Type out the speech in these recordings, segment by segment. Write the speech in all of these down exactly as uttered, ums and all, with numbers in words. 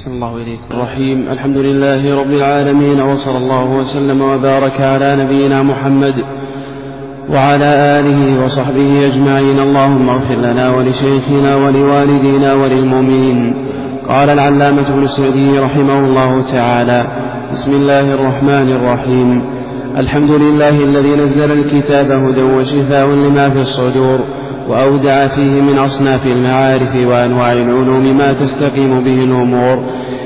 أحسن الله إليكم. الرحيم. الحمد لله رب العالمين، وصلى الله وسلم وبارك على نبينا محمد وعلى آله وصحبه أجمعين. اللهم اغفر لنا ولشيخنا ولوالدينا وللمؤمنين. قال العلامة ابن السعدي رحمه الله تعالى: بسم الله الرحمن الرحيم. الحمد لله الذي نزل الكتاب هدى وشفاء لما في الصدور، وأودع فيه من أصناف المعارف وأنواع العلوم ما تستقيم به الأمور،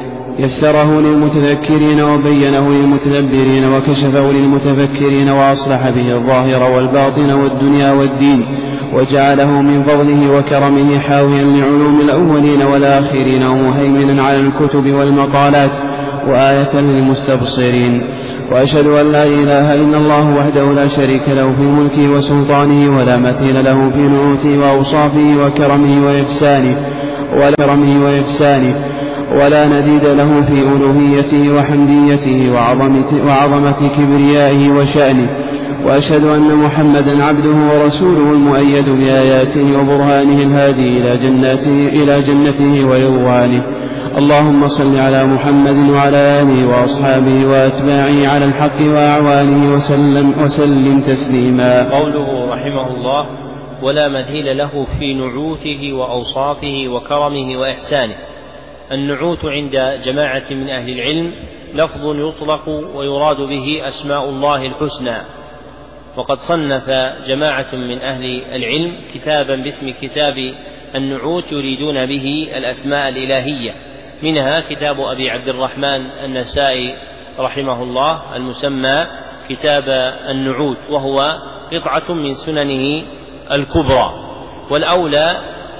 يسره للمتذكرين وبينه للمتدبرين وكشفه للمتفكرين، وأصلح به الظاهر والباطن والدنيا والدين، وجعله من فضله وكرمه حاويا لعلوم الأولين والآخرين، ومهيمنا على الكتب والمقالات، وآية للمستبصرين. وأشهد أن لا إله إلا الله وحده لا شريك له في ملكه وسلطانه، ولا مثيل له في نعوته وأوصافه وكرمه وإحسانه وكرمه وإحسانه ولا نديد له في ألوهيته وحمديته وعظمة كبريائه وشأنه. وأشهد أن محمدا عبده ورسوله المؤيد بآياته وبرهانه الهادي إلى جنته, إلى جنته ورضوانه. اللهم صل على محمد وعلى آله وأصحابه وأتباعه على الحق وأعوانه وسلم, وسلم تسليما. قوله رحمه الله: ولا مثيل له في نعوته وأوصافه وكرمه وإحسانه. النعوت عند جماعة من أهل العلم لفظ يطلق ويراد به أسماء الله الحسنى، وقد صنف جماعة من أهل العلم كتابا باسم كتاب النعوت يريدون به الأسماء الإلهية، منها كتاب أبي عبد الرحمن النسائي رحمه الله المسمى كتاب النعوت، وهو قطعة من سننه الكبرى. والأولى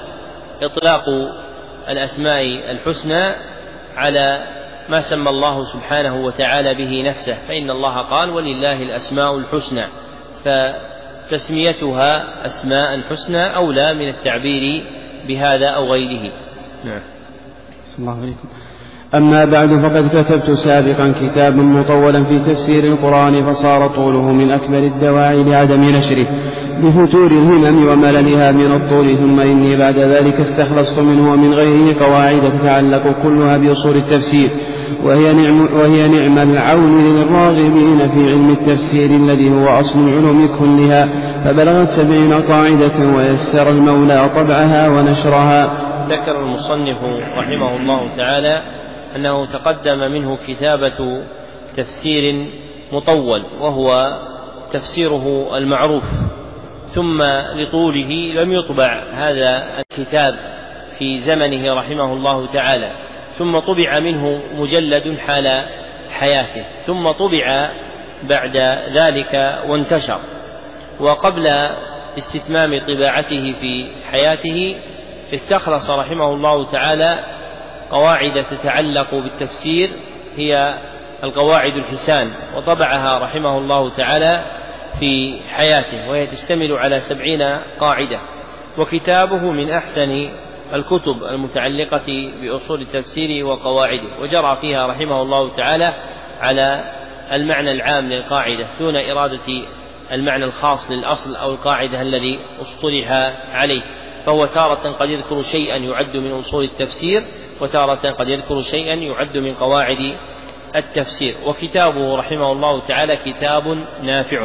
إطلاق الأسماء الحسنى على ما سمى الله سبحانه وتعالى به نفسه، فإن الله قال: ولله الأسماء الحسنى، فتسميتها أسماء حسنى أولى من التعبير بهذا أو غيره. نعم. الله عليكم. أما بعد، فقد كتبت سابقا كتابا مطولا في تفسير القرآن، فصار طوله من أكبر الدواعي لعدم نشره لفتور الهمم ومللها من الطول، ثم إني بعد ذلك استخلصت منه ومن غيره قواعد تتعلق كلها بأصول التفسير، وهي نعم, وهي نعم العون للراغبين في علم التفسير الذي هو أصل العلوم كلها، فبلغت سبعين قاعدة، ويسر المولى طبعها ونشرها. ذكر المصنف رحمه الله تعالى أنه تقدم منه كتابة تفسير مطول وهو تفسيره المعروف، ثم لطوله لم يطبع هذا الكتاب في زمنه رحمه الله تعالى، ثم طبع منه مجلد حال حياته، ثم طبع بعد ذلك وانتشر. وقبل استتمام طباعته في حياته استخلص رحمه الله تعالى قواعد تتعلق بالتفسير، هي القواعد الحسان، وطبعها رحمه الله تعالى في حياته، وهي تشتمل على سبعين قاعدة. وكتابه من أحسن الكتب المتعلقة بأصول التفسير وقواعده، وجرى فيها رحمه الله تعالى على المعنى العام للقاعدة دون إرادة المعنى الخاص للأصل أو القاعدة الذي اصطلح عليه، فهو تارة قد يذكر شيئا يعد من أصول التفسير، وتارة قد يذكر شيئا يعد من قواعد التفسير. وكتابه رحمه الله تعالى كتاب نافع.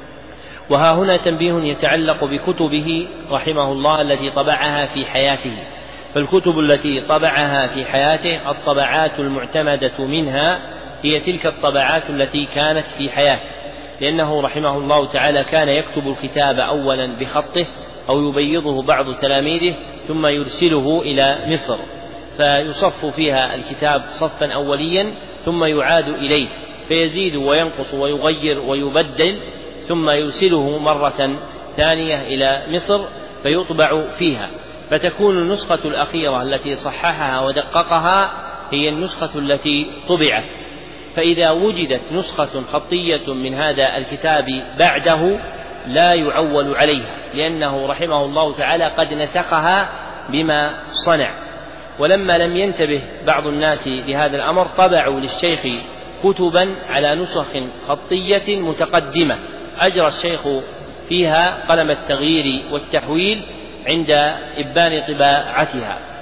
وها هنا تنبيه يتعلق بكتبه رحمه الله التي طبعها في حياته. فالكتب التي طبعها في حياته الطبعات المعتمدة منها هي تلك الطبعات التي كانت في حياته، لأنه رحمه الله تعالى كان يكتب الكتاب أولا بخطه أو يبيضه بعض تلاميذه ثم يرسله إلى مصر، فيصف فيها الكتاب صفا أوليا ثم يعاد إليه فيزيد وينقص ويغير ويبدل، ثم يرسله مرة ثانية إلى مصر فيطبع فيها، فتكون النسخة الأخيرة التي صححها ودققها هي النسخة التي طبعت. فإذا وجدت نسخة خطية من هذا الكتاب بعده لا يعول عليها، لأنه رحمه الله تعالى قد نسخها بما صنع. ولما لم ينتبه بعض الناس لهذا الأمر طبعوا للشيخ كتبا على نسخ خطية متقدمة أجرى الشيخ فيها قلم التغيير والتحويل عند إبان طباعتها،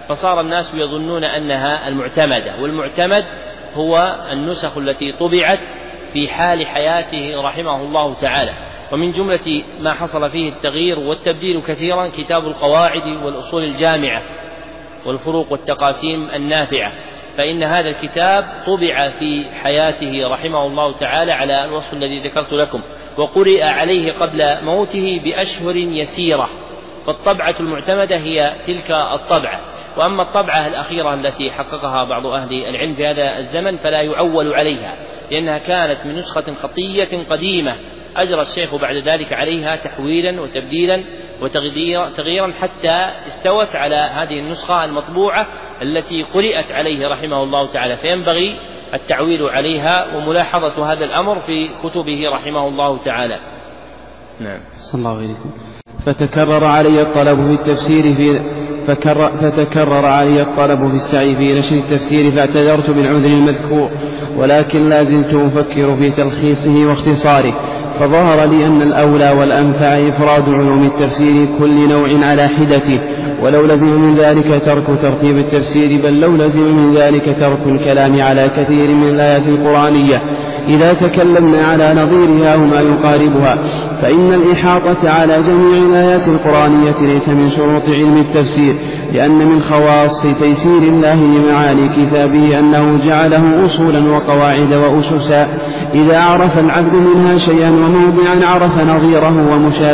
فصار الناس يظنون أنها المعتمدة، والمعتمد هو النسخ التي طبعت في حال حياته رحمه الله تعالى. ومن جملة ما حصل فيه التغيير والتبديل كثيرا كتاب القواعد والأصول الجامعة والفروق والتقاسيم النافعة، فإن هذا الكتاب طبع في حياته رحمه الله تعالى على الوصف الذي ذكرت لكم، وقرئ عليه قبل موته بأشهر يسيرة، فالطبعة المعتمدة هي تلك الطبعة. وأما الطبعة الأخيرة التي حققها بعض أهل العلم في هذا الزمن فلا يعول عليها، لأنها كانت من نسخة خطية قديمة أجرى الشيخ بعد ذلك عليها تحويلا وتبديلا وتغييرا حتى استوت على هذه النسخة المطبوعة التي قرئت عليه رحمه الله تعالى، فينبغي التعويل عليها وملاحظة هذا الأمر في كتبه رحمه الله تعالى. نعم. صلى الله عليكم. فتكرر علي الطلب في التفسير في فتكرر علي الطلب في السعي في نشر التفسير فاعتذرت بالعذر المذكور، ولكن لا زلت أفكر في تلخيصه واختصاره، فظهر لي أن الأولى والأنفع إفراد علوم التفسير كل نوع على حدته، ولو لزم من ذلك ترك ترتيب التفسير، بل لو لزم من ذلك ترك الكلام على كثير من الآيات القرآنية إذا تكلمنا على نظيرها وما يقاربها، فإن الإحاطة على جميع الآيات القرآنية ليس من شروط علم التفسير، لأن من خواص تيسير الله لمعاني كتابه أنه جعله أصولا وقواعد وأسسا، إذا عرف العبد منها شيئا وموضعا عرف نظيره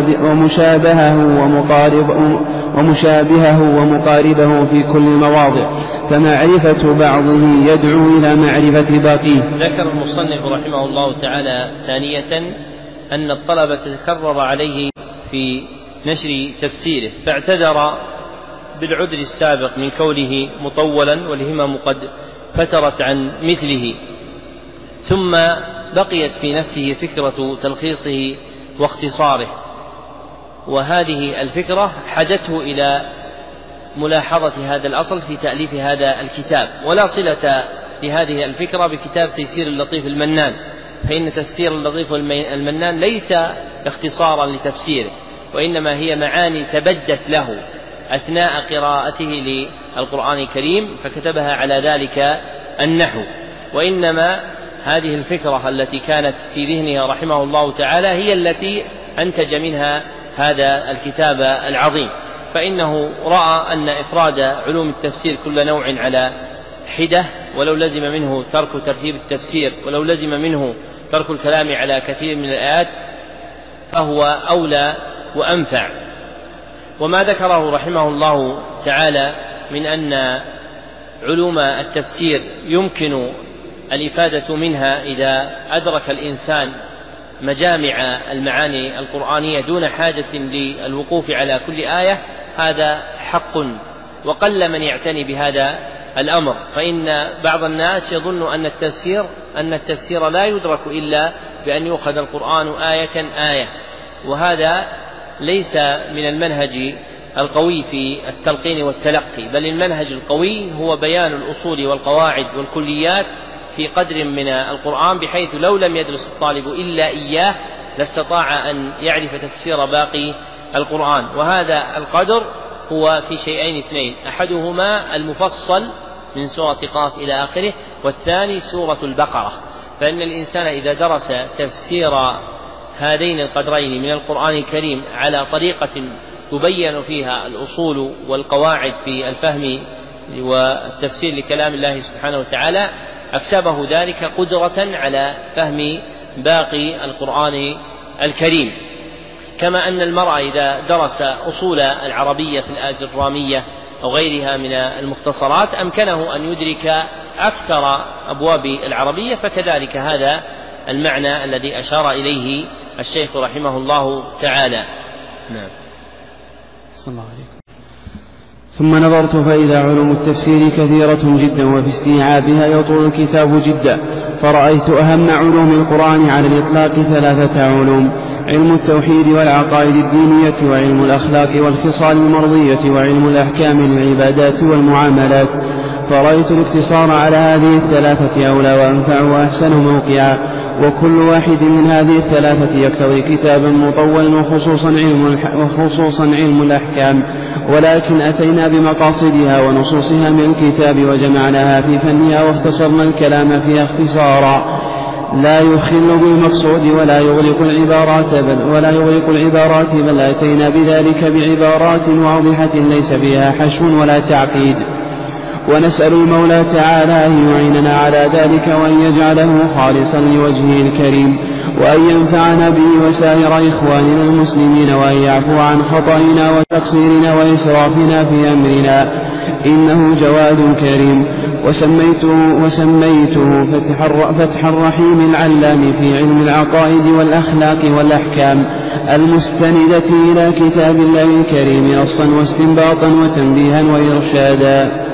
ومشابهه ومقارب ومشابهه ومقاربه في كل المواضع، فمعرفة بعضه يدعو إلى معرفة باقيه. ذكر المصنف رحمه الله تعالى ثانية أن الطلبة تكرر عليه في نشر تفسيره، فاعتذر بالعذر السابق من كونه مطولا والهمم قد فترت عن مثله، ثم بقيت في نفسه فكرة تلخيصه واختصاره، وهذه الفكرة حدته إلى ملاحظة هذا الأصل في تأليف هذا الكتاب، ولا صلة لهذه الفكرة بكتاب تيسير اللطيف المنان، فإن تفسير اللطيف المنان ليس اختصارا لتفسيره، وإنما هي معاني تبدت له أثناء قراءته للقرآن الكريم فكتبها على ذلك النحو، وإنما هذه الفكرة التي كانت في ذهنها رحمه الله تعالى هي التي أنتج منها هذا الكتاب العظيم، فإنه رأى أن إفراد علوم التفسير كل نوع على حدة، ولو لزم منه ترك ترتيب التفسير، ولو لزم منه ترك الكلام على كثير من الآيات، فهو أولى وأنفع. وما ذكره رحمه الله تعالى من أن علوم التفسير يمكن الإفادة منها إذا أدرك الإنسان مجامع المعاني القرآنية دون حاجة للوقوف على كل آية، هذا حق، وقل من يعتني بهذا الأمر، فإن بعض الناس يظن أن التفسير أن التفسير لا يدرك إلا بأن يؤخذ القرآن آية آية، وهذا ليس من المنهج القوي في التلقين والتلقي، بل المنهج القوي هو بيان الأصول والقواعد والكليات في قدر من القرآن، بحيث لو لم يدرس الطالب إلا إياه لاستطاع أن يعرف تفسير باقي القرآن. وهذا القدر هو في شيئين اثنين، أحدهما المفصل من سورة قاف إلى آخره، والثاني سورة البقرة، فإن الإنسان إذا درس تفسير هذين القدرين من القرآن الكريم على طريقة تبين فيها الأصول والقواعد في الفهم والتفسير لكلام الله سبحانه وتعالى، أكسبه ذلك قدرة على فهم باقي القرآن الكريم. كما أن المرء إذا درس أصول العربية في الآجرامية أو غيرها من المختصرات أمكنه أن يدرك أكثر أبواب العربية، فكذلك هذا المعنى الذي أشار إليه الشيخ رحمه الله تعالى. نعم. صلى الله عليه. ثم نظرت فإذا علوم التفسير كثيرة جدا وفي استيعابها يطول الكتاب جدا، فرأيت أهم علوم القرآن على الإطلاق ثلاثة علوم: علم التوحيد والعقائد الدينية، وعلم الأخلاق والخصال المرضية، وعلم الأحكام للعبادات والمعاملات، فرأيت الاقتصار على هذه الثلاثة أولى وأنفع وأحسن موقعا، وكل واحد من هذه الثلاثة يقتضي كتابا مطولا وخصوصا علم, وخصوصا علم الأحكام، ولكن أتينا بمقاصدها ونصوصها من الكتاب وجمعناها في فنها واختصرنا الكلام فيها اختصارا لا يخل بالمقصود ولا يغلق العبارات بل, ولا يغلق العبارات بل أتينا بذلك بعبارات واضحة ليس فيها حشو ولا تعقيد. ونسأل المولى تعالى أن يعيننا على ذلك وأن يجعله خالصا لوجهه الكريم، وأن ينفعنا به وسائر إخواننا المسلمين، وأن يعفو عن خطئنا وتقصيرنا وإسرافنا في أمرنا، إنه جواد كريم. وسميته, وسميته فتح, فتح الرحيم العلام في علم العقائد والأخلاق والأحكام المستندة إلى كتاب الله الكريم نصا واستنباطا وتنبيها وإرشادا.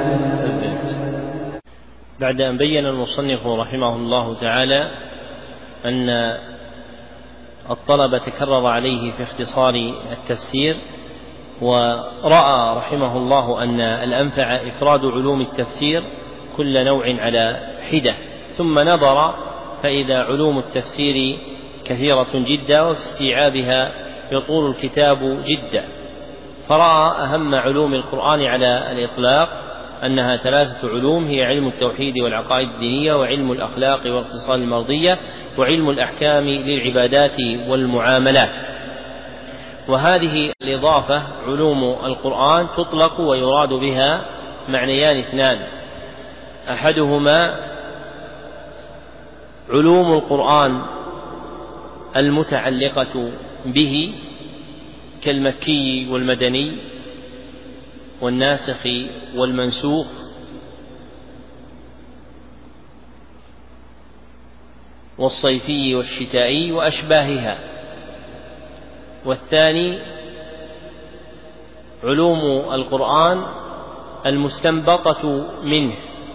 بعد أن بين المصنف رحمه الله تعالى أن الطلب تكرر عليه في اختصار التفسير، ورأى رحمه الله أن الأنفع إفراد علوم التفسير كل نوع على حدة، ثم نظر فإذا علوم التفسير كثيرة جدا وفي استيعابها يطول الكتاب جدا، فرأى أهم علوم القرآن على الإطلاق أنها ثلاثة علوم هي علم التوحيد والعقائد الدينية، وعلم الأخلاق والخصال المرضية، وعلم الأحكام للعبادات والمعاملات. وهذه الإضافة علوم القرآن تطلق ويراد بها معنيان اثنان: أحدهما علوم القرآن المتعلقة به كالمكي والمدني والناسخ والمنسوخ، والصيفي والشتائي وأشباهها. والثاني علوم القرآن المستنبطة منه،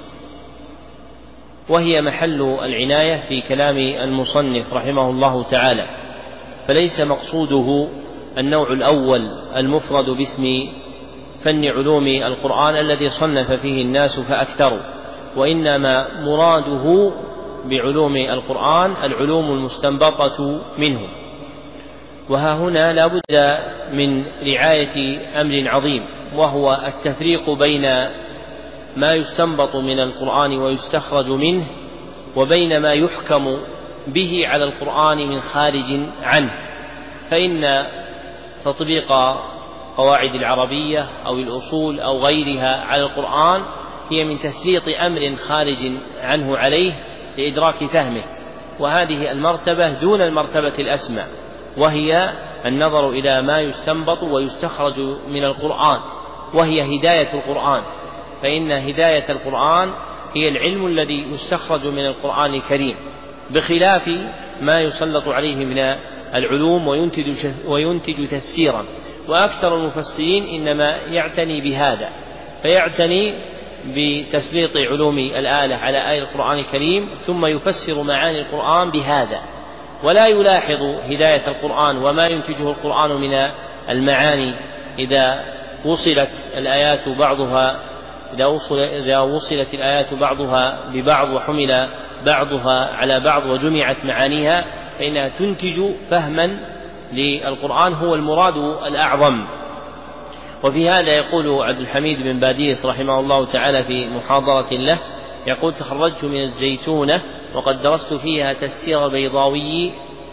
وهي محل العناية في كلام المصنف رحمه الله تعالى، فليس مقصوده النوع الأول المفرد باسم فن علوم القرآن الذي صنف فيه الناس فأكثروا، وإنما مراده بعلوم القرآن العلوم المستنبطة منه. وها هنا لا بد من رعاية أمر عظيم، وهو التفريق بين ما يستنبط من القرآن ويستخرج منه وبين ما يحكم به على القرآن من خارج عنه. فإن تطبيق قواعد العربية أو الأصول أو غيرها على القرآن هي من تسليط أمر خارج عنه عليه لإدراك فهمه، وهذه المرتبة دون المرتبة الأسمى، وهي النظر إلى ما يستنبط ويستخرج من القرآن، وهي هداية القرآن. فإن هداية القرآن هي العلم الذي يستخرج من القرآن الكريم، بخلاف ما يسلط عليه من العلوم وينتج, وينتج تفسيرا. وأكثر المفسرين إنما يعتني بهذا، فيعتني بتسليط علوم الآلة على آية القرآن الكريم ثم يفسر معاني القرآن بهذا، ولا يلاحظ هداية القرآن وما ينتجه القرآن من المعاني إذا وصلت الآيات بعضها إذا, وصل إذا وصلت الآيات بعضها ببعض وحمل بعضها على بعض وجمعت معانيها، فإنها تنتج فهما للقرآن هو المراد الأعظم. وفي هذا يقول عبد الحميد بن باديس رحمه الله تعالى في محاضرة له، يقول: تخرجت من الزيتونة وقد درست فيها تفسير البيضاوي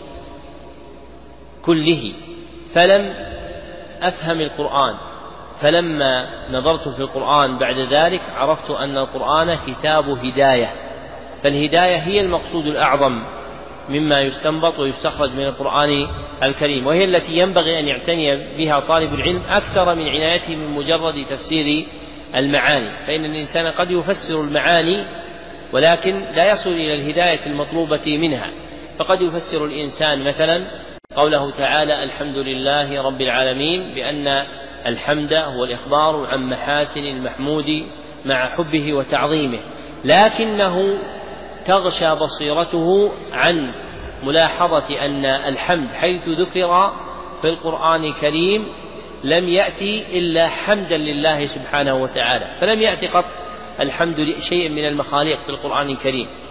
كله فلم أفهم القرآن، فلما نظرت في القرآن بعد ذلك عرفت أن القرآن كتاب هداية، فالهداية هي المقصود الأعظم مما يستنبط ويستخرج من القرآن الكريم، وهي التي ينبغي أن يعتني بها طالب العلم أكثر من عنايته من مجرد تفسير المعاني. فإن الإنسان قد يفسر المعاني ولكن لا يصل إلى الهداية المطلوبة منها، فقد يفسر الإنسان مثلا قوله تعالى: الحمد لله رب العالمين، بأن الحمد هو الإخبار عن محاسن المحمود مع حبه وتعظيمه، لكنه تغشى بصيرته عن ملاحظة أن الحمد حيث ذكر في القرآن الكريم لم يأتي إلا حمدا لله سبحانه وتعالى، فلم يأتي قط الحمد لشيء من المخاليق في القرآن الكريم،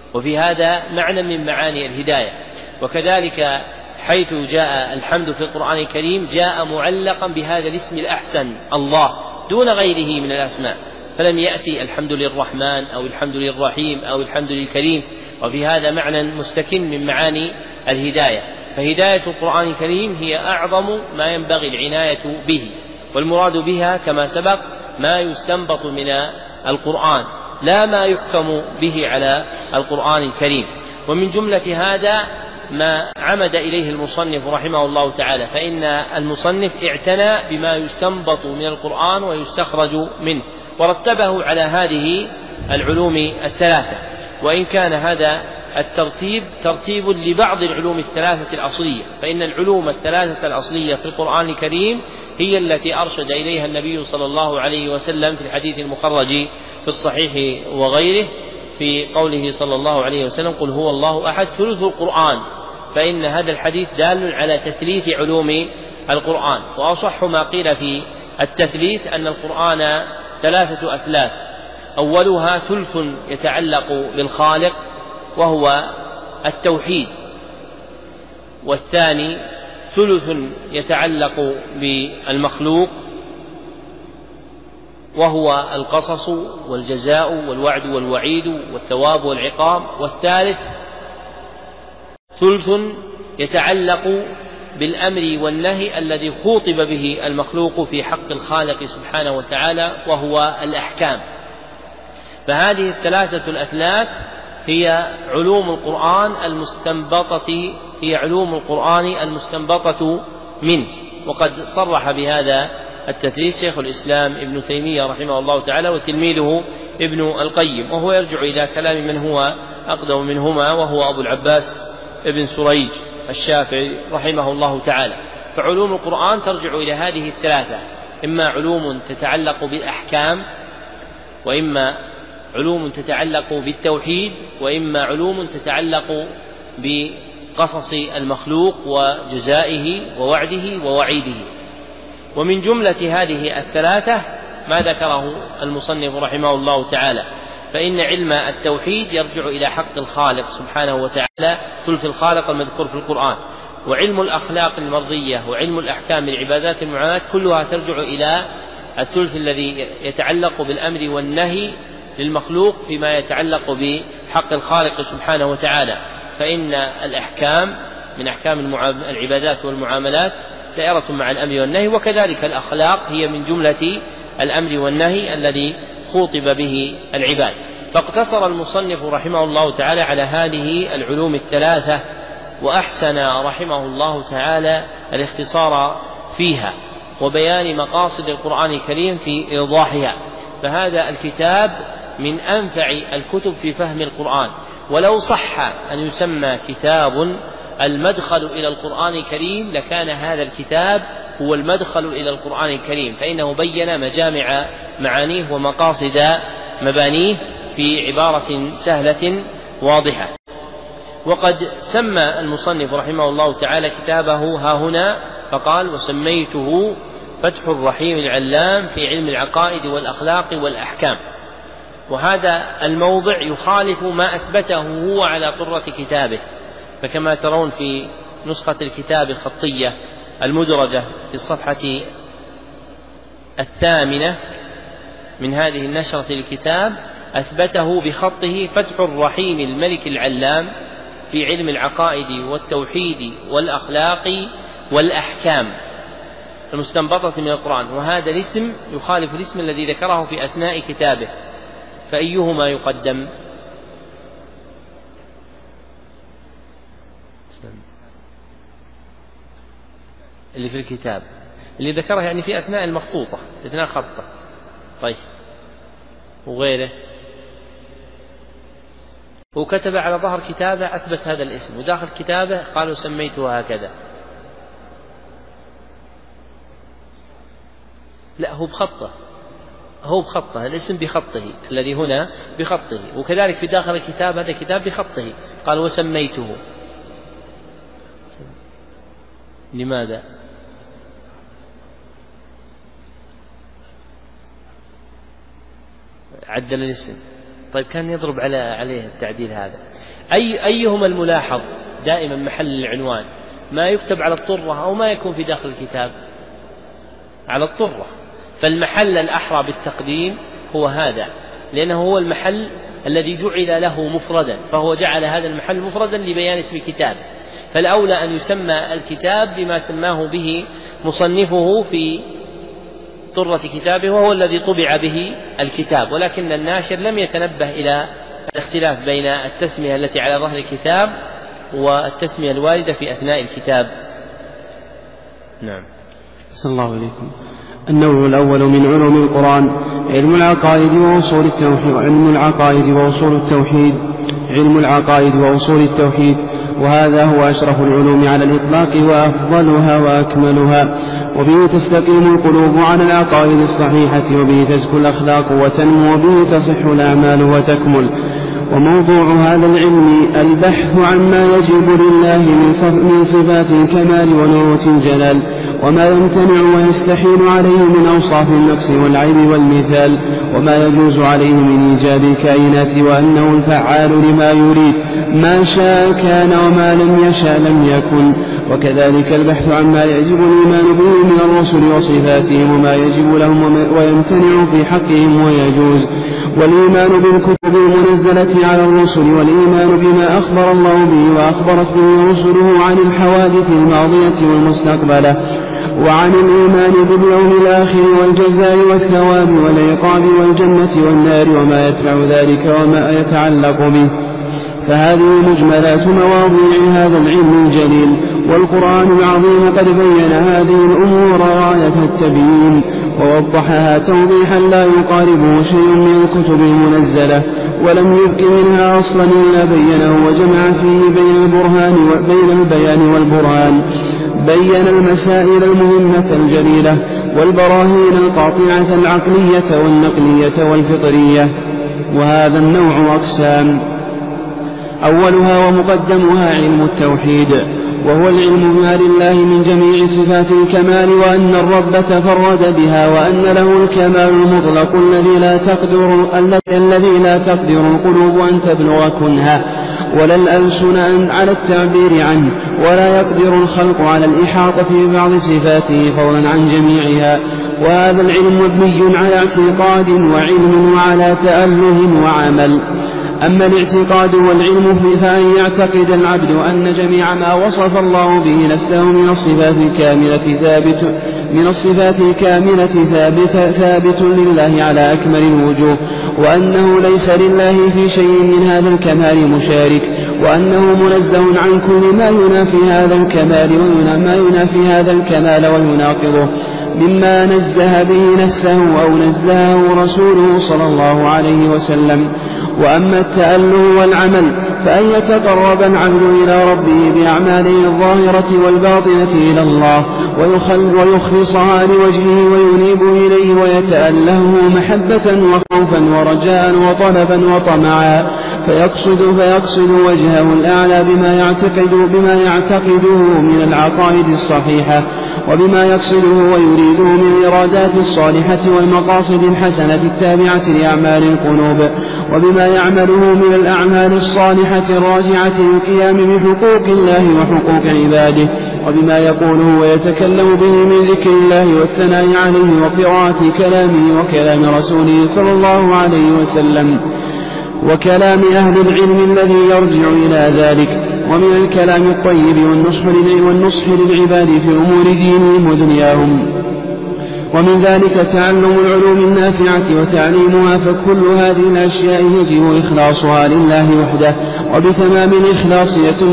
وفي هذا معنى من معاني الهداية. وكذلك حيث جاء الحمد في القرآن الكريم جاء معلقا بهذا الاسم الأحسن الله دون غيره من الأسماء، فلم يأتي الحمد للرحمن أو الحمد للرحيم أو الحمد للكريم، وفي هذا معنى مستكن من معاني الهداية. فهداية القرآن الكريم هي أعظم ما ينبغي العناية به، والمراد بها كما سبق ما يستنبط من القرآن لا ما يحكم به على القرآن الكريم. ومن جملة هذا ما عمد إليه المصنف رحمه الله تعالى، فإن المصنف اعتنى بما يستنبط من القرآن ويستخرج منه، ورتبه على هذه العلوم الثلاثة، وإن كان هذا الترتيب ترتيب لبعض العلوم الثلاثة الأصلية، فإن العلوم الثلاثة الأصلية في القرآن الكريم هي التي أرشد إليها النبي صلى الله عليه وسلم في الحديث المخرج في الصحيح وغيره في قوله صلى الله عليه وسلم قل هو الله أحد ثلث القرآن، فإن هذا الحديث دال على تثليث علوم القرآن. وأصح ما قيل في التثليث أن القرآن ثلاثة أثلاث، أولها ثلث يتعلق بالخالق وهو التوحيد، والثاني ثلث يتعلق بالمخلوق وهو القصص والجزاء والوعد والوعيد والثواب والعقاب، والثالث ثلث يتعلق بالأمر والنهي الذي خوطب به المخلوق في حق الخالق سبحانه وتعالى وهو الأحكام. فهذه الثلاثة الأثلاث هي علوم القرآن المستنبطة هي علوم القرآن المستنبطة منه. وقد صرح بهذا التثليث شيخ الإسلام ابن تيمية رحمه الله تعالى وتلميذه ابن القيم، وهو يرجع إلى كلام من هو أقدم منهما وهو أبو العباس ابن سريج الشافعي رحمه الله تعالى. فعلوم القرآن ترجع إلى هذه الثلاثة، إما علوم تتعلق بالأحكام، وإما علوم تتعلق بالتوحيد، وإما علوم تتعلق بقصص المخلوق وجزائه ووعده ووعيده. ومن جملة هذه الثلاثة ما ذكره المصنف رحمه الله تعالى، فإن علم التوحيد يرجع إلى حق الخالق سبحانه وتعالى ثلث الخالق المذكور في القرآن، وعلم الأخلاق المرضية وعلم الأحكام العبادات المعاملات كلها ترجع إلى الثلث الذي يتعلق بالأمر والنهي للمخلوق فيما يتعلق بحق الخالق سبحانه وتعالى، فإن الأحكام من أحكام العبادات والمعاملات دائرة مع الأمر والنهي، وكذلك الأخلاق هي من جملة الأمر والنهي الذي خوطب به العباد. فاقتصر المصنف رحمه الله تعالى على هذه العلوم الثلاثة، وأحسن رحمه الله تعالى الاختصار فيها وبيان مقاصد القرآن الكريم في إيضاحها. فهذا الكتاب من أنفع الكتب في فهم القرآن، ولو صح أن يسمى كتاب المدخل إلى القرآن الكريم لكان هذا الكتاب هو المدخل إلى القرآن الكريم، فإنه بين مجامع معانيه ومقاصد مبانيه في عبارة سهلة واضحة. وقد سمى المصنف رحمه الله تعالى كتابه ها هنا فقال وسميته فتح الرحيم العلام في علم العقائد والأخلاق والأحكام. وهذا الموضع يخالف ما أثبته هو على طرة كتابه، فكما ترون في نسخة الكتاب الخطية المدرجة في الصفحة الثامنة من هذه النشرة للكتاب أثبته بخطه فتح الرحيم الملك العلام في علم العقائد والتوحيد والأخلاق والأحكام المستنبطة من القرآن، وهذا الاسم يخالف الاسم الذي ذكره في أثناء كتابه، فأيهما يقدم؟ اللي في الكتاب اللي ذكره يعني في أثناء المخطوطة في أثناء خطة. طيب وغيره وكتب على ظهر كتابه أثبت هذا الاسم، وداخل كتابه قالوا سميته هكذا. لا هو بخطه هو بخطه الاسم بخطه الذي هنا بخطه، وكذلك في داخل الكتاب هذا كتاب بخطه قال وسميته. لماذا؟ عدل الاسم طيب كان يضرب على عليه التعديل هذا. أي أيهما الملاحظ دائما محل العنوان، ما يكتب على الطرة أو ما يكون في داخل الكتاب؟ على الطرة. فالمحل الأحرى بالتقديم هو هذا، لأنه هو المحل الذي جعل له مفردا، فهو جعل هذا المحل مفردا لبيان اسم الكتاب، فالأولى أن يسمى الكتاب بما سماه به مصنفه في طرة كتابه، وهو الذي طبع به الكتاب. ولكن الناشر لم يتنبه إلى الاختلاف بين التسمية التي على ظهر الكتاب والتسمية الواردة في أثناء الكتاب. نعم. صلى الله عليكم. النوع الأول من علوم القرآن علم العقائد وأصول التوحيد. علم العقائد وأصول التوحيد علم العقائد وأصول التوحيد وهذا هو أشرف العلوم على الإطلاق وأفضلها وأكملها، وبه تستقيم القلوب على العقائد الصحيحة، وبه تزكو الأخلاق وتنمو، وبه تصح الأعمال وتكمل. وموضوع هذا العلم البحث عما يجب لله من صفات الكمال ونعوت الجلال، وما يمتنع ويستحيل عليه من أوصاف النقص والعيب والمثال، وما يجوز عليه من إيجاد الكائنات، وأنه الفعال لما يريد، ما شاء كان وما لم يشاء لم يكن. وكذلك البحث عما يجب الإيمان به من الرسل وصفاتهم، وما يجب لهم ويمتنع في حقهم ويجوز، والإيمان بالكتب المنزلة على الرسل، والإيمان بما أخبر الله به وأخبرت به رسله عن الحوادث الماضية والمستقبلة، وعن الإيمان باليوم الآخر والجزاء والثواب والعقاب والجنة والنار وما يتبع ذلك وما يتعلق به. فهذه مجملات مواضيع هذا العلم الجليل، والقرآن العظيم قد بين هذه الأمور غاية التبيين، ووضحها توضيحا لا يقاربه شيء من الكتب المنزلة، ولم يبق منها أصلا إلا بينه وجمع فيه بين البرهان وبين البيان والبرهان، بين المسائل المهمة الجليلة والبراهين القاطعة العقلية والنقلية والفطرية. وهذا النوع أقسام: أولها ومقدمها علم التوحيد، وهو العلم بما لله من جميع صفات الكمال، وأن الرب تفرد بها، وأن له الكمال المطلق الذي لا تقدر الذي لا تقدر القلوب أن تبلغ كنها، ولا الألسن على التعبير عنه، ولا يقدر الخلق على الإحاطة ببعض صفاته فضلا عن جميعها. وهذا العلم مبني على اعتقاد وعلم وعلى تأله وعمل. أما الاعتقاد والعلم فأن يعتقد العبد أن جميع ما وصف الله به نفسه من الصفات الكاملة ثابت من الصفات الكاملة ثابت ثابت لله على أكمل الوجوه، وأنه ليس لله في شيء من هذا الكمال مشارك، وأنه منزه عن كل ما ينافي هذا الكمال وما ينافي هذا الكمال ويناقضه مما نزه به نفسه أو نزهه رسوله صلى الله عليه وسلم. وأما التأله والعمل فأن يتقرب العبد إلى ربه بأعماله الظاهرة والباطنة إلى الله، ويخلصها لوجهه وينيب إليه ويتألهه محبة وخوفا ورجاء وطلبا وطمعا، فيقصد فيقصد وجهه الأعلى بما يعتقد بما يعتقده من العقائد الصحيحة، وبما يقصده ويريده من الإرادات الصالحة والمقاصد الحسنة التابعة لأعمال القلوب، وبما يعمله من الأعمال الصالحة الراجعة للقيام بحقوق الله وحقوق عباده، وبما يقوله ويتكلم به من ذكر الله والثناء عليه وقراءة كلامه وكلام رسوله صلى الله عليه وسلم، وكلام أهل العلم الذي يرجع إلى ذلك، ومن الكلام الطيب والنصح للعباد في أمور دينهم ودنياهم. ومن ذلك تعلم العلوم النافعة وتعليمها، فكل هذه الأشياء يجب إخلاصها لله وحده، وبتمام الإخلاص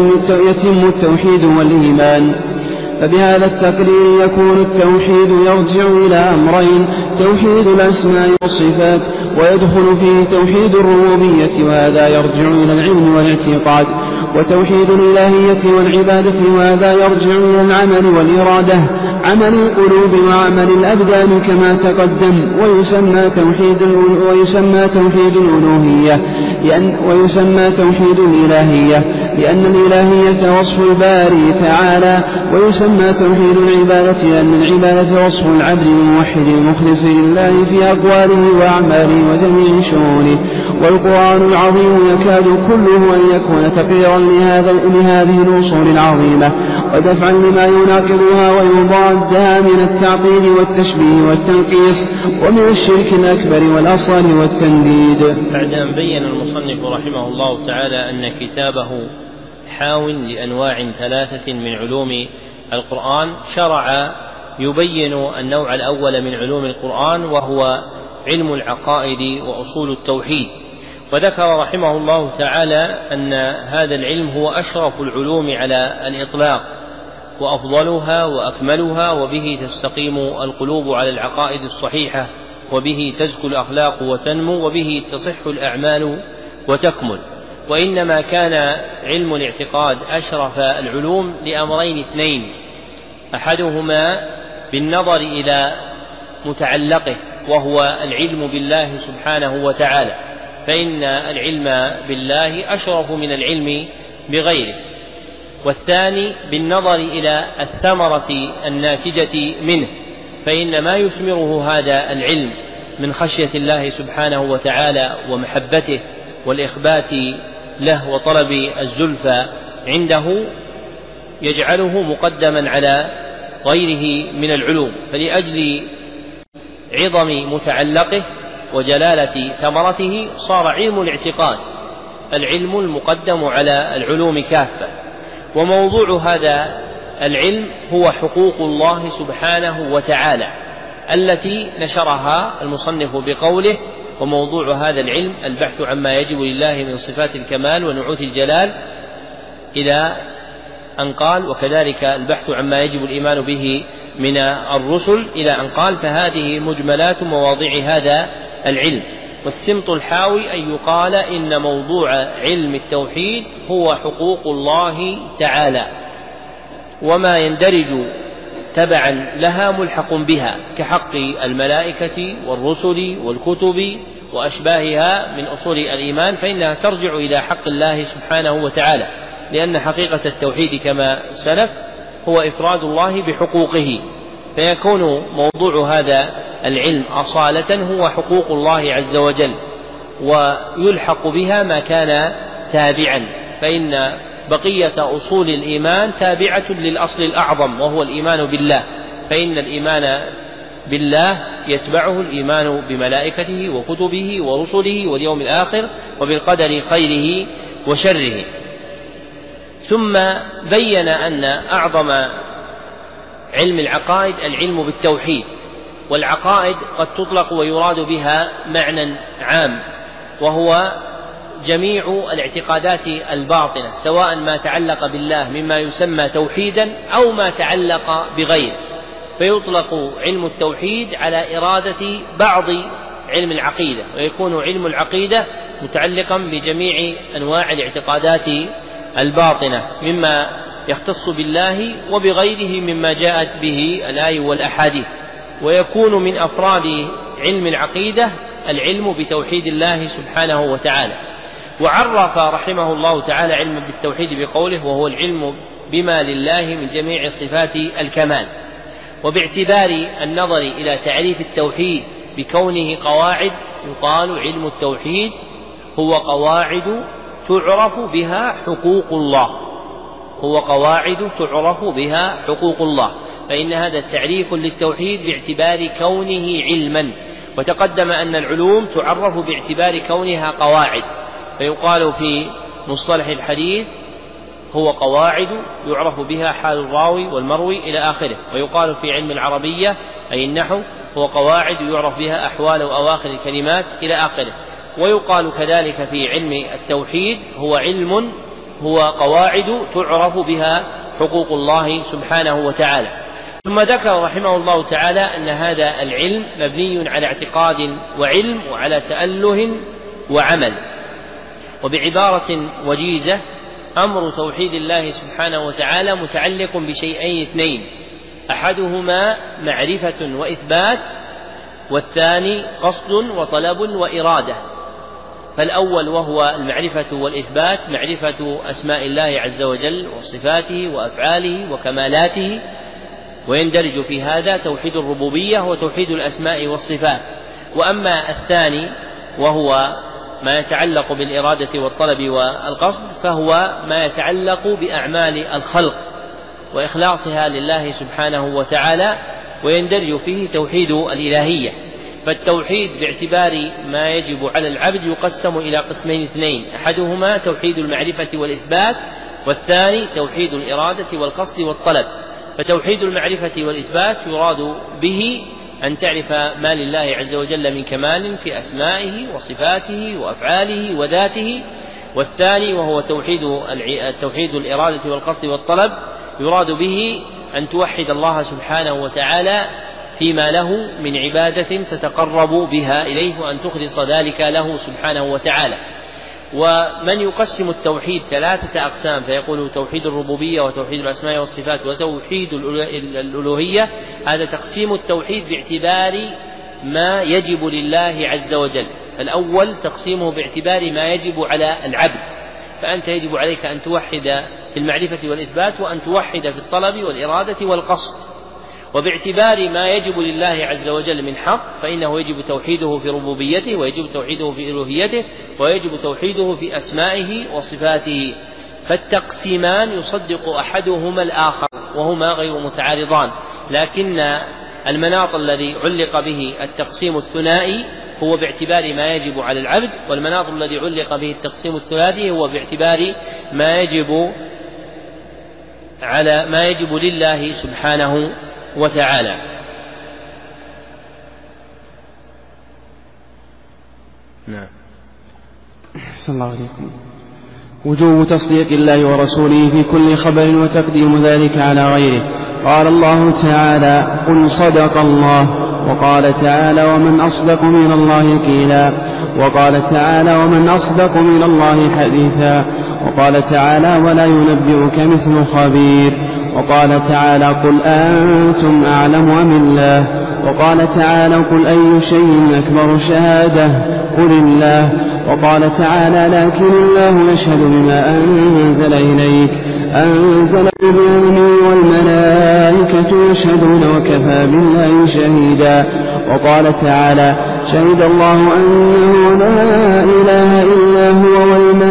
يتم التوحيد والإيمان. فبهذا التقرير يكون التوحيد يرجع إلى أمرين: توحيد الأسماء والصفات، ويدخل فيه توحيد الربوبية، وهذا يرجع إلى العلم والاعتقاد، وتوحيد الإلهية والعبادة، وهذا يرجع إلى العمل والإرادة، عمل القلوب وعمل الأبدان كما تقدم، ويسمى توحيد ويسمى توحيد الألوهية ويسمى توحيد الإلهية، لأن الإلهية وصف الباري تعالى، ويسمى توحيد العبادة لأن العبادة وصف العبد الموحد المخلص لله في أقواله وأعماله وجميع شؤونه. والقرآن العظيم يكاد كله أن يكون تقريرا لهذا لهذه الأصول العظيمة ودفعا لما يناقضها ويضادها من التعطيل والتشبيه والتنقيص ومن الشرك الأكبر والأصغر والتنديد. بعد أن بين المصنف رحمه الله تعالى أن كتابه حاو لأنواع ثلاثة من علوم القرآن، شرع يبين النوع الأول من علوم القرآن وهو علم العقائد وأصول التوحيد. وذكر رحمه الله تعالى أن هذا العلم هو أشرف العلوم على الإطلاق وأفضلها وأكملها، وبه تستقيم القلوب على العقائد الصحيحة، وبه تزكو الأخلاق وتنمو، وبه تصح الأعمال وتكمل. وإنما كان علم الاعتقاد أشرف العلوم لأمرين اثنين: أحدهما بالنظر إلى متعلقه وهو العلم بالله سبحانه وتعالى، فإن العلم بالله أشرف من العلم بغيره. والثاني بالنظر إلى الثمرة الناتجة منه، فإن ما يثمره هذا العلم من خشية الله سبحانه وتعالى ومحبته والإخبات له وطلب الزلفى عنده يجعله مقدما على غيره من العلوم. فلأجل عظم متعلقه وجلالة ثمرته صار علم الاعتقاد العلم المقدم على العلوم كافة. وموضوع هذا العلم هو حقوق الله سبحانه وتعالى التي نشرها المصنف بقوله: وموضوع هذا العلم البحث عما يجب لله من صفات الكمال ونعوت الجلال، إلى أن قال: وكذلك البحث عما يجب الإيمان به من الرسل، إلى أن قال: فهذه مجملات مواضيع هذا العلم. والسمط الحاوي أن يقال إن موضوع علم التوحيد هو حقوق الله تعالى وما يندرج تبعا لها ملحق بها كحق الملائكة والرسل والكتب وأشباهها من أصول الإيمان، فإنها ترجع إلى حق الله سبحانه وتعالى، لأن حقيقة التوحيد كما سلف هو إفراد الله بحقوقه، فيكون موضوع هذا العلم أصالة هو حقوق الله عز وجل، ويلحق بها ما كان تابعا، فإن بقية أصول الإيمان تابعة للأصل الأعظم وهو الإيمان بالله، فإن الإيمان بالله يتبعه الإيمان بملائكته وكتبه ورسله واليوم الآخر وبالقدر خيره وشره. ثم بين أن أعظم علم العقائد العلم بالتوحيد، والعقائد قد تطلق ويراد بها معنى عام وهو جميع الاعتقادات الباطنة، سواء ما تعلق بالله مما يسمى توحيدا أو ما تعلق بغيره، فيطلق علم التوحيد على إرادة بعض علم العقيدة، ويكون علم العقيدة متعلقا بجميع أنواع الاعتقادات الباطنة مما يختص بالله وبغيره مما جاءت به الآي والأحاديث. ويكون من أفراد علم العقيدة العلم بتوحيد الله سبحانه وتعالى. وعرف رحمه الله تعالى علم بالتوحيد بقوله: وهو العلم بما لله من جميع صفات الكمال. وباعتبار النظر إلى تعريف التوحيد بكونه قواعد يقال علم التوحيد هو قواعد تعرف بها حقوق الله، هو قواعد تعرف بها حقوق الله، فإن هذا التعريف للتوحيد باعتبار كونه علما. وتقدم أن العلوم تعرف باعتبار كونها قواعد، فيقال في مصطلح الحديث هو قواعد يعرف بها حال الراوي والمروي إلى آخره. ويقال في علم العربية أي النحو هو قواعد يعرف بها أحوال وأواخر الكلمات إلى آخره. ويقال كذلك في علم التوحيد هو علم هو قواعد تعرف بها حقوق الله سبحانه وتعالى. ثم ذكر رحمه الله تعالى أن هذا العلم مبني على اعتقاد وعلم وعلى تأله وعمل. وبعبارة وجيزة أمر توحيد الله سبحانه وتعالى متعلق بشيئين اثنين: أحدهما معرفة وإثبات، والثاني قصد وطلب وإرادة. فالأول وهو المعرفة والإثبات، معرفة أسماء الله عز وجل وصفاته وأفعاله وكمالاته، ويندرج في هذا توحيد الربوبية وتوحيد الأسماء والصفات. وأما الثاني وهو ما يتعلق بالإرادة والطلب والقصد فهو ما يتعلق بأعمال الخلق وإخلاصها لله سبحانه وتعالى، ويندرج فيه توحيد الإلهية. فالتوحيد باعتبار ما يجب على العبد يقسم إلى قسمين اثنين، أحدهما توحيد المعرفة والإثبات، والثاني توحيد الإرادة والقصد والطلب. فتوحيد المعرفة والإثبات يراد به أن تعرف ما لله عز وجل من كمال في أسمائه وصفاته وأفعاله وذاته. والثاني وهو توحيد توحيد الإرادة والقصد والطلب يراد به أن توحد الله سبحانه وتعالى فيما له من عبادة تتقرب بها إليه، وأن تخلص ذلك له سبحانه وتعالى. ومن يقسم التوحيد ثلاثة أقسام فيقول توحيد الربوبية وتوحيد الأسماء والصفات وتوحيد الألوهية، هذا تقسيم التوحيد باعتبار ما يجب لله عز وجل. الأول تقسيمه باعتبار ما يجب على العبد، فأنت يجب عليك أن توحد في المعرفة والإثبات، وأن توحد في الطلب والإرادة والقصد. وباعتبار ما يجب لله عز وجل من حق فإنه يجب توحيده في ربوبيته، ويجب توحيده في ألوهيته، ويجب توحيده في أسمائه وصفاته. فالتقسيمان يصدق أحدهما الآخر وهما غير متعارضان، لكن المناط الذي علق به التقسيم الثنائي هو باعتبار ما يجب على العبد، والمناط الذي علق به التقسيم الثلاثي هو باعتبار ما يجب على ما يجب لله سبحانه وتعالى. نعم. أحسن الله عليكم. وجوب تصديق الله ورسوله في كل خبر وتقديم ذلك على غيره. قال الله تعالى: قل صدق الله. وقال تعالى: ومن أصدق من الله قيلا. وقال تعالى: ومن أصدق من الله حديثا. وقال تعالى: ولا ينبئك مثل خبير. وقال تعالى: قل أنتم أعلم أم الله. وقال تعالى: قل أي شيء أكبر شهادة، قل الله. وقال تعالى: لكن الله يشهد بما أنزل إليك، أنزله بعلمه والملائكة يشهدون وكفى بالله شهيدا. وقال تعالى: شهد الله أنه لا إله إلا هو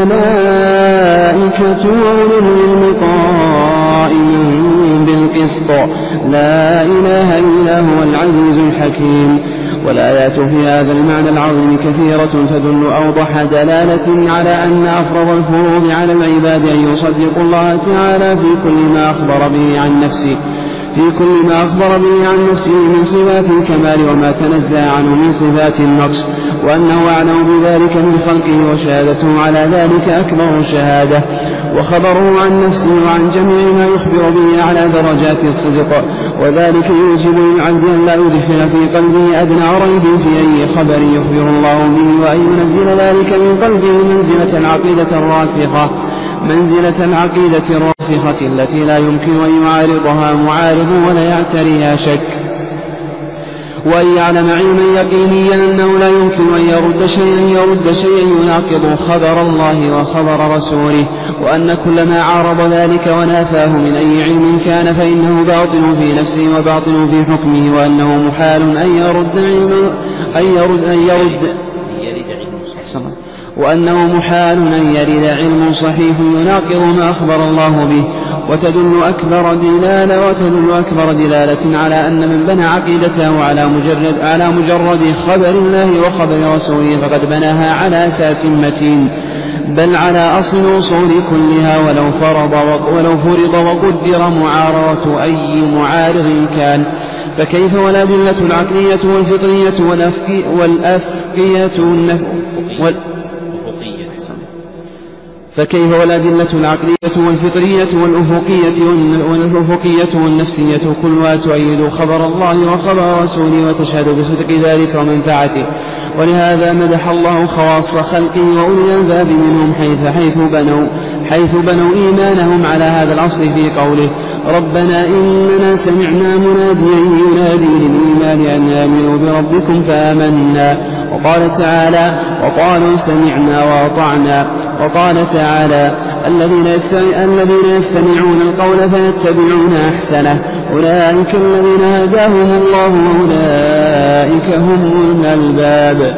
والملائكة وأولو العلم قائما بالقسط، لا إله إلا هو العزيز الحكيم. والآيات في هذا المعنى العظيم كثيرة تدل أوضح دلالة على أن أفرض الفروض على العباد أن يصدقوا الله تعالى في كل ما أخبر به عن نفسه في كل ما أخبر به عن نفسه من صفات الكمال وما تنزه عنه من صفات النقص، وأنه أعلم بذلك من خلقه، وشهادته على ذلك أكبر شهادة. وخبره عن نفسه وعن جميع ما يخبر به على درجات الصدق، وذلك يوجب للعبد أن لا يدخل في قلبه أدنى ريب في أي خبر يخبر الله به، وأن ينزل ذلك من قلبه منزلة العقيدة الراسخة منزلة العقيدة الراسخة التي لا يمكن أن يعارضها معارض ولا يعتريها شك، وأن يعلم علما يقينيا أنه لا يمكن أن يرد شيئا يرد شيئا يناقض خبر الله وخبر رسوله، وأن كل ما عارض ذلك ونافاه من أي علم كان فإنه باطل في نفسه وباطل في حكمه، وأنه محال أن يرد علم أن يرد أن يرد وأنه محال أن يرد علم صحيح يناقض ما أخبر الله به. وتدل أكبر دلالة وتدل أكبر دلالة على أن من بنى عقيدته على مجرد على مجرد خبر الله وخبر رسوله فقد بناها على أساس متين، بل على أصل الأصول كلها، ولو فرض ولو فرض وقدر معارضة أي معارض كان. فكيف والأدلة العقلية والفطرية والأفقية وال فكيف والأدلة العقلية والفطرية والأفقية والأفقية والنفسية كلها تؤيد خبر الله وخبر رسوله وتشهد بصدق ذلك ومنفعته. ولهذا مدح الله خواص خلقه وأولي الألباب منهم حيث حيث بنوا حيث بنوا إيمانهم على هذا الأصل في قوله: ربنا إننا سمعنا مناديا ينادي للإيمان أن آمنوا بربكم فآمنا. وقال تعالى وقالوا سمعنا وأطعنا. وقال تعالى الذين يستمعون القول فيتبعون أحسنه أولئك الذين هداهم الله وأولئك هم الألباب.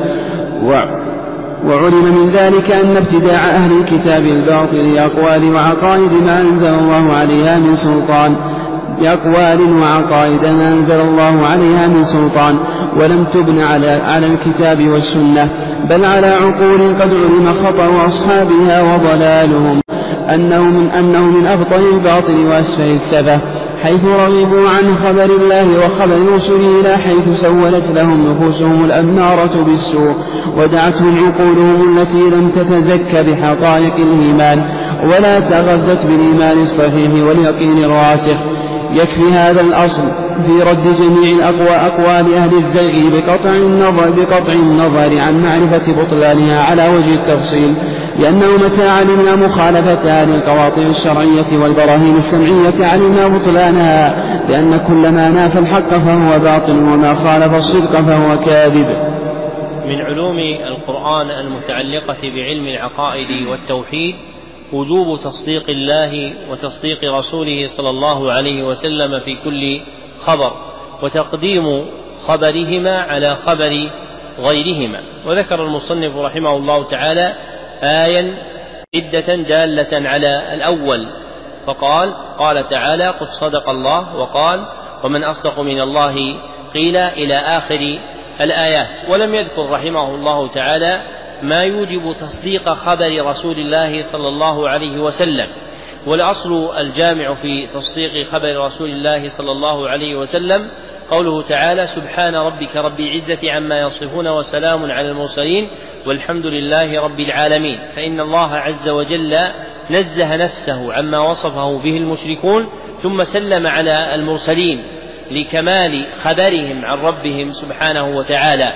وعلم من ذلك أن ابتداع أهل الكتاب الباطل لأقوال وعقائد ما أنزل الله عليها من سلطان بأقوال وعقائد ما أنزل الله عليها من سلطان ولم تبن على, على الكتاب والسنة بل على عقول قد علم خطأ أصحابها وضلالهم أنه من, أنه من أبطل الباطل وأسفل السفه حيث رغبوا عن خبر الله وخبر رسله إلى حيث سولت لهم نفوسهم الأمارة بالسوء ودعتهم عقولهم التي لم تتزك بحقائق الإيمان ولا تغذت بالإيمان الصحيح واليقين الراسخ. يكفي هذا الأصل في رد جميع الأقوى أقوال أهل الزيغ بقطع النظر, بقطع النظر عن معرفة بطلانها على وجه التفصيل، لأنه متى علمنا مخالفتها للقواطع الشرعية والبراهين السمعية علمنا بطلانها، لأن كل ما نافى الحق فهو باطل وما خالف الصدق فهو كاذب. من علوم القرآن المتعلقة بعلم العقائد والتوحيد وجوب تصديق الله وتصديق رسوله صلى الله عليه وسلم في كل خبر وتقديم خبرهما على خبر غيرهما. وذكر المصنف رحمه الله تعالى آية عدة دالة على الأول فقال قال تعالى قد صدق الله وقال ومن أصدق من الله قيل إلى آخر الآيات. ولم يذكر رحمه الله تعالى ما يوجب تصديق خبر رسول الله صلى الله عليه وسلم. والأصل الجامع في تصديق خبر رسول الله صلى الله عليه وسلم قوله تعالى سبحان ربك رب العزة عما يصفون وسلام على المرسلين والحمد لله رب العالمين. فإن الله عز وجل نزه نفسه عما وصفه به المشركون ثم سلم على المرسلين لكمال خبرهم عن ربهم سبحانه وتعالى.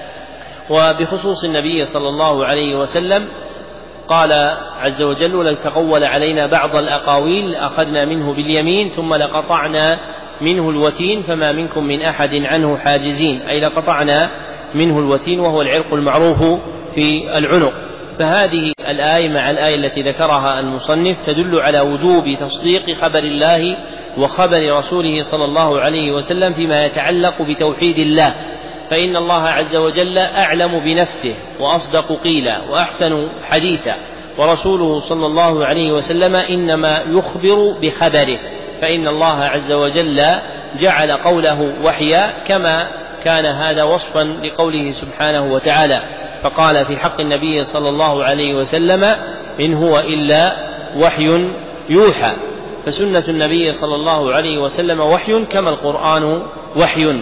وبخصوص النبي صلى الله عليه وسلم قال عز وجل لو تقول علينا بعض الأقاويل أخذنا منه باليمين ثم لقطعنا منه الوتين فما منكم من أحد عنه حاجزين، أي لقطعنا منه الوتين وهو العرق المعروف في العنق. فهذه الآية مع الآية التي ذكرها المصنف تدل على وجوب تصديق خبر الله وخبر رسوله صلى الله عليه وسلم فيما يتعلق بتوحيد الله، فإن الله عز وجل أعلم بنفسه وأصدق قيلا وأحسن حديثا، ورسوله صلى الله عليه وسلم إنما يخبر بخبره، فإن الله عز وجل جعل قوله وحيا كما كان هذا وصفا لقوله سبحانه وتعالى، فقال في حق النبي صلى الله عليه وسلم إن هو إلا وحي يوحى. فسنة النبي صلى الله عليه وسلم وحي كما القرآن وحي.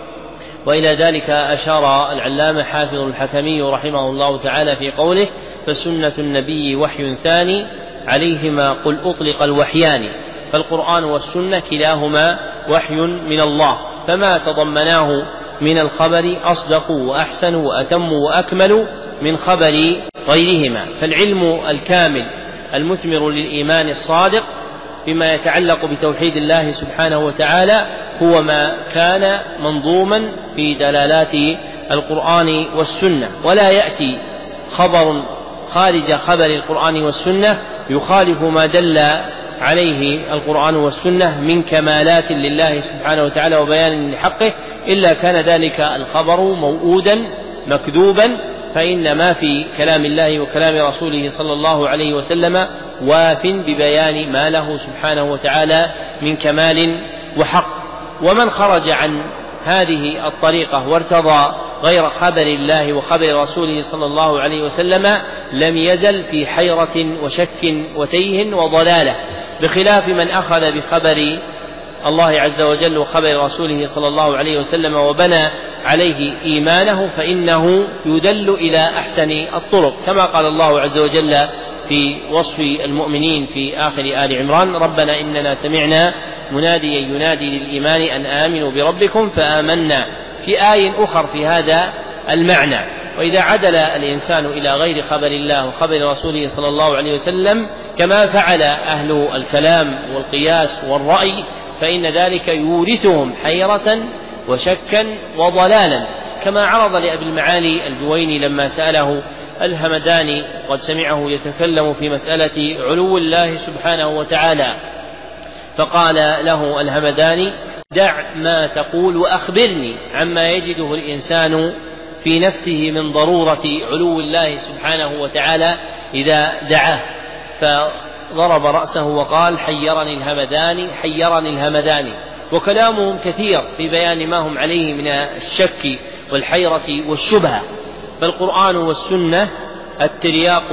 وإلى ذلك أشار العلامة حافظ الحكمي رحمه الله تعالى في قوله فسنة النبي وحي ثاني عليهما قل أطلق الوحيان، فالقرآن والسنة كلاهما وحي من الله، فما تضمناه من الخبر أصدق وأحسن وأتم وأكمل من خبر غيرهما. فالعلم الكامل المثمر للإيمان الصادق فيما يتعلق بتوحيد الله سبحانه وتعالى هو ما كان منظوما في دلالات القرآن والسنة، ولا يأتي خبر خارج خبر القرآن والسنة يخالف ما دل عليه القرآن والسنة من كمالات لله سبحانه وتعالى وبيان لحقه، إلا كان ذلك الخبر موؤودا مكذوبا، فإن ما في كلام الله وكلام رسوله صلى الله عليه وسلم واف ببيان ما له سبحانه وتعالى من كمال وحق. ومن خرج عن هذه الطريقة وارتضى غير خبر الله وخبر رسوله صلى الله عليه وسلم لم يزل في حيرة وشك وتيه وضلالة، بخلاف من أخذ بخبر الله عز وجل وخبر رسوله صلى الله عليه وسلم وبنى عليه إيمانه، فإنه يدل إلى أحسن الطرق، كما قال الله عز وجل في وصف المؤمنين في آخر آل عمران ربنا إننا سمعنا مناديا ينادي للإيمان أن آمنوا بربكم فآمنا، في آي أخر في هذا المعنى. وإذا عدل الإنسان إلى غير خبر الله وخبر رسوله صلى الله عليه وسلم كما فعل أهل الكلام والقياس والرأي فإن ذلك يورثهم حيرة وشكا وضلالا، كما عرض لأبي المعالي الجويني لما سأله الهمداني قد سمعه يتكلم في مسألة علو الله سبحانه وتعالى، فقال له الهمداني: دع ما تقول وأخبرني عما يجده الإنسان في نفسه من ضرورة علو الله سبحانه وتعالى إذا دعاه. فضرب رأسه وقال: حيرني الهمداني حيرني الهمداني. وكلامهم كثير في بيان ما هم عليه من الشك والحيرة والشبهة. فالقرآن والسنة الترياق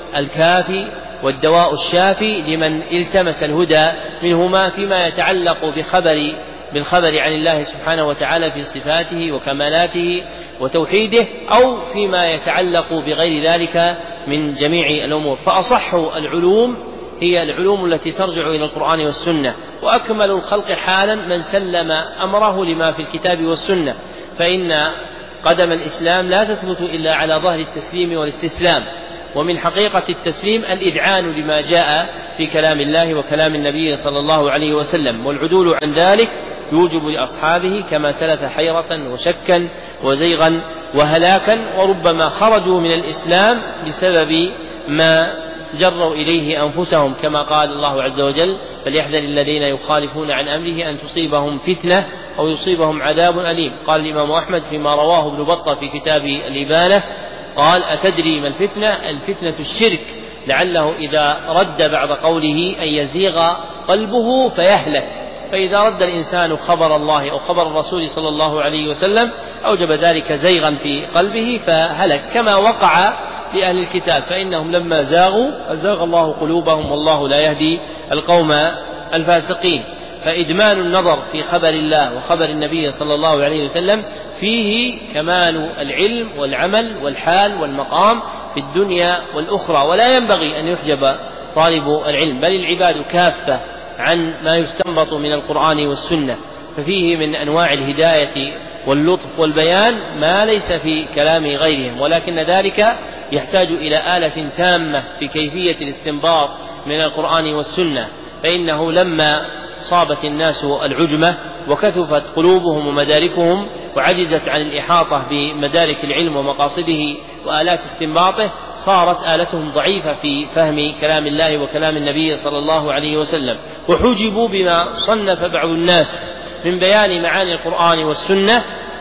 الكافي والدواء الشافي لمن التمس الهدى منهما فيما يتعلق بخبر بالخبر عن الله سبحانه وتعالى في صفاته وكمالاته وتوحيده، أو فيما يتعلق بغير ذلك من جميع الأمور. فأصح العلوم هي العلوم التي ترجع إلى القرآن والسنة، وأكمل الخلق حالا من سلم أمره لما في الكتاب والسنة، فإن قدم الإسلام لا تثبت إلا على ظهر التسليم والاستسلام. ومن حقيقة التسليم الإذعان لما جاء في كلام الله وكلام النبي صلى الله عليه وسلم، والعدول عن ذلك يوجب لأصحابه كما سلف حيرة وشكا وزيغا وهلاكا، وربما خرجوا من الإسلام بسبب ما جروا إليه أنفسهم، كما قال الله عز وجل: فليحذر الذين يخالفون عن أمره أن تصيبهم فتنة أو يصيبهم عذاب أليم. قال الإمام أحمد فيما رواه ابن بطة في كتاب الإبانة قال: أتدري ما الفتنة؟ الفتنة الشرك، لعله إذا رد بعد قوله أن يزيغ قلبه فيهلك. فإذا رد الإنسان خبر الله أو خبر الرسول صلى الله عليه وسلم أوجب ذلك زيغا في قلبه فهلك، كما وقع لأهل الكتاب، فإنهم لما زاغوا أزاغ الله قلوبهم والله لا يهدي القوم الفاسقين. فإدمان النظر في خبر الله وخبر النبي صلى الله عليه وسلم فيه كمال العلم والعمل والحال والمقام في الدنيا والأخرى، ولا ينبغي أن يحجب طالب العلم، بل العباد كافة عن ما يستنبط من القرآن والسنة. ففيه من أنواع الهداية واللطف والبيان ما ليس في كلام غيرهم، ولكن ذلك يحتاج إلى آلة تامة في كيفية الاستنباط من القرآن والسنة. فإنه لما صابت الناس العجمة وكثفت قلوبهم ومداركهم وعجزت عن الإحاطة بمدارك العلم ومقاصده وآلات استنباطه، صارت آلتهم ضعيفة في فهم كلام الله وكلام النبي صلى الله عليه وسلم، وحجبوا بما صنف بعض الناس من بيان معاني القرآن والسنة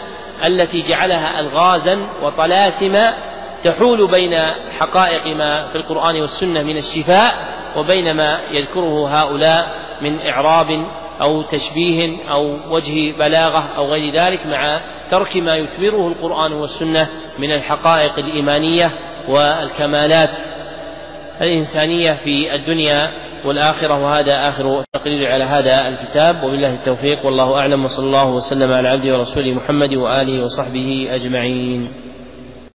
التي جعلها ألغازا وطلاسم تحول بين حقائق ما في القرآن والسنة من الشفاء وبين ما يذكره هؤلاء من إعراب أو تشبيه أو وجه بلاغة أو غير ذلك، مع ترك ما يثمره القرآن والسنة من الحقائق الإيمانية والكمالات الإنسانية في الدنيا والآخرة. وهذا آخر التقرير على هذا الكتاب، وبالله التوفيق، والله أعلم، وصلى الله وسلم على عبده ورسوله محمد وآله وصحبه أجمعين.